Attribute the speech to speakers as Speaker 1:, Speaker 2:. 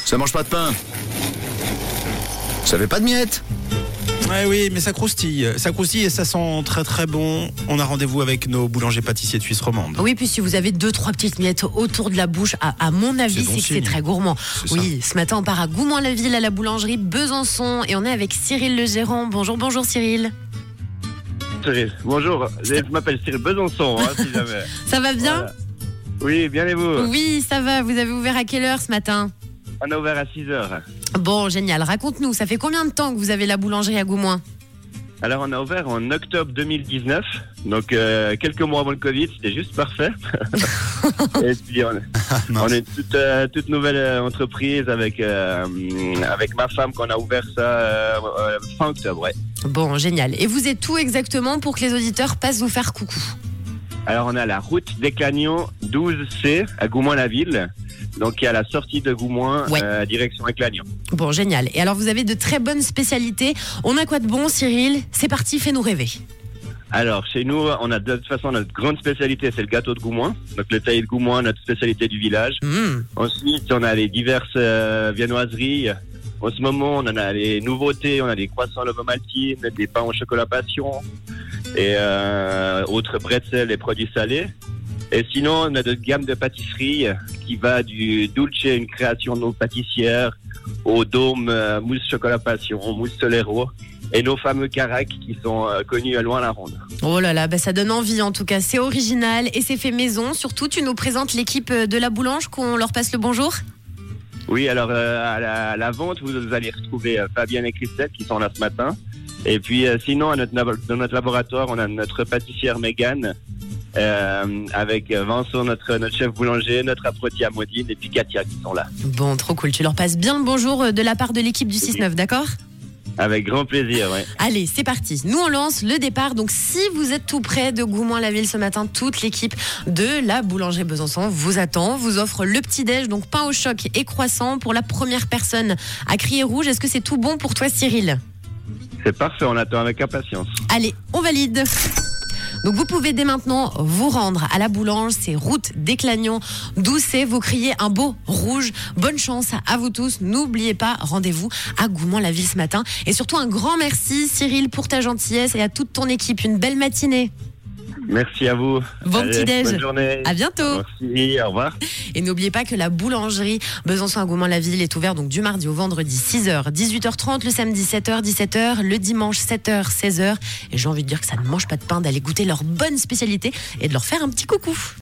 Speaker 1: Ça mange pas de pain. Ça fait pas de miettes.
Speaker 2: Ouais, oui, mais ça croustille et ça sent très très bon. On a rendez-vous avec nos boulangers pâtissiers de Suisse romande.
Speaker 3: Oui, puis si vous avez 2-3 petites miettes autour de la bouche, à mon avis,
Speaker 2: bon
Speaker 3: c'est que
Speaker 2: signe.
Speaker 3: c'est très gourmand.
Speaker 2: C'est
Speaker 3: Oui, ce matin, on part à Goumont-la-Ville, à la boulangerie Besançon, et on est avec Cyril le gérant. Bonjour Cyril.
Speaker 4: Cyril, bonjour, je m'appelle Cyril Besançon, si jamais.
Speaker 3: Ça va bien?
Speaker 4: Voilà. Oui, bien et vous?
Speaker 3: Oui, ça va. Vous avez ouvert à quelle heure ce matin?
Speaker 4: On a ouvert à 6h.
Speaker 3: Bon, génial. Raconte-nous, ça fait combien de temps que vous avez la boulangerie à Goumont?
Speaker 4: Alors on a ouvert en octobre 2019, donc quelques mois avant le Covid, c'était juste parfait. Et puis on est toute nouvelle entreprise avec ma femme qu'on a ouvert ça fin octobre, ouais.
Speaker 3: Bon, génial. Et vous êtes où exactement pour que les auditeurs passent vous faire coucou?
Speaker 4: Alors on est à la route des Clagnons 12C à Goumont-la-Ville. Donc, il y a la sortie de Goumont,
Speaker 3: Ouais.
Speaker 4: direction Éclagnon.
Speaker 3: Bon, génial. Et alors, vous avez de très bonnes spécialités. On a quoi de bon, Cyril? C'est parti, fais-nous rêver.
Speaker 4: Alors, chez nous, on a de toute façon notre grande spécialité, c'est le gâteau de Goumont. Donc, le taillé de Goumont, notre spécialité du village. Ensuite, on a les diverses viennoiseries. En ce moment, on en a les nouveautés. On a des croissants Lovomaltine, des pains au chocolat passion et autres bretzels et produits salés. Et sinon, on a notre gamme de pâtisseries qui va du Dulce, une création de nos pâtissières, au dôme mousse chocolat passion, mousse Solero, et nos fameux caracs qui sont connus à loin la ronde.
Speaker 3: Oh là là, ça donne envie en tout cas. C'est original et c'est fait maison. Surtout, tu nous présentes l'équipe de la boulange, qu'on leur passe le bonjour.
Speaker 4: Oui, alors à la vente, vous allez retrouver Fabienne et Christelle qui sont là ce matin. Et puis sinon, dans notre laboratoire, on a notre pâtissière Mégane, avec Vincent, notre chef boulanger, notre apprenti Amodine et puis Katia qui sont là.
Speaker 3: Bon, trop cool. Tu leur passes bien le bonjour de la part de l'équipe du 6-9, d'accord?
Speaker 4: Avec grand plaisir, ouais.
Speaker 3: Allez, c'est parti. Nous, on lance le départ. Donc, si vous êtes tout près de Goumont-la-Ville ce matin, toute l'équipe de la boulangerie Besançon vous attend, vous offre le petit-déj, donc pain au choc et croissant pour la première personne à crier rouge. Est-ce que c'est tout bon pour toi, Cyril?
Speaker 4: C'est parfait, on attend avec impatience.
Speaker 3: Allez, on valide. Donc vous pouvez dès maintenant vous rendre à la boulange, c'est route d'Éclagnon, Doucet, vous criez un beau rouge. Bonne chance à vous tous, n'oubliez pas, rendez-vous à Goumont-la-Ville ce matin. Et surtout un grand merci Cyril pour ta gentillesse et à toute ton équipe, une belle matinée.
Speaker 4: Merci à vous.
Speaker 3: Bon petit-déj.
Speaker 4: Bonne journée.
Speaker 3: À bientôt.
Speaker 4: Merci, au revoir.
Speaker 3: Et n'oubliez pas que la boulangerie Besançon à Goumont-la-Ville est ouverte donc du mardi au vendredi 6h, 18h30, le samedi 7h, 17h, le dimanche 7h, 16h. Et j'ai envie de dire que ça ne mange pas de pain d'aller goûter leur bonne spécialité et de leur faire un petit coucou.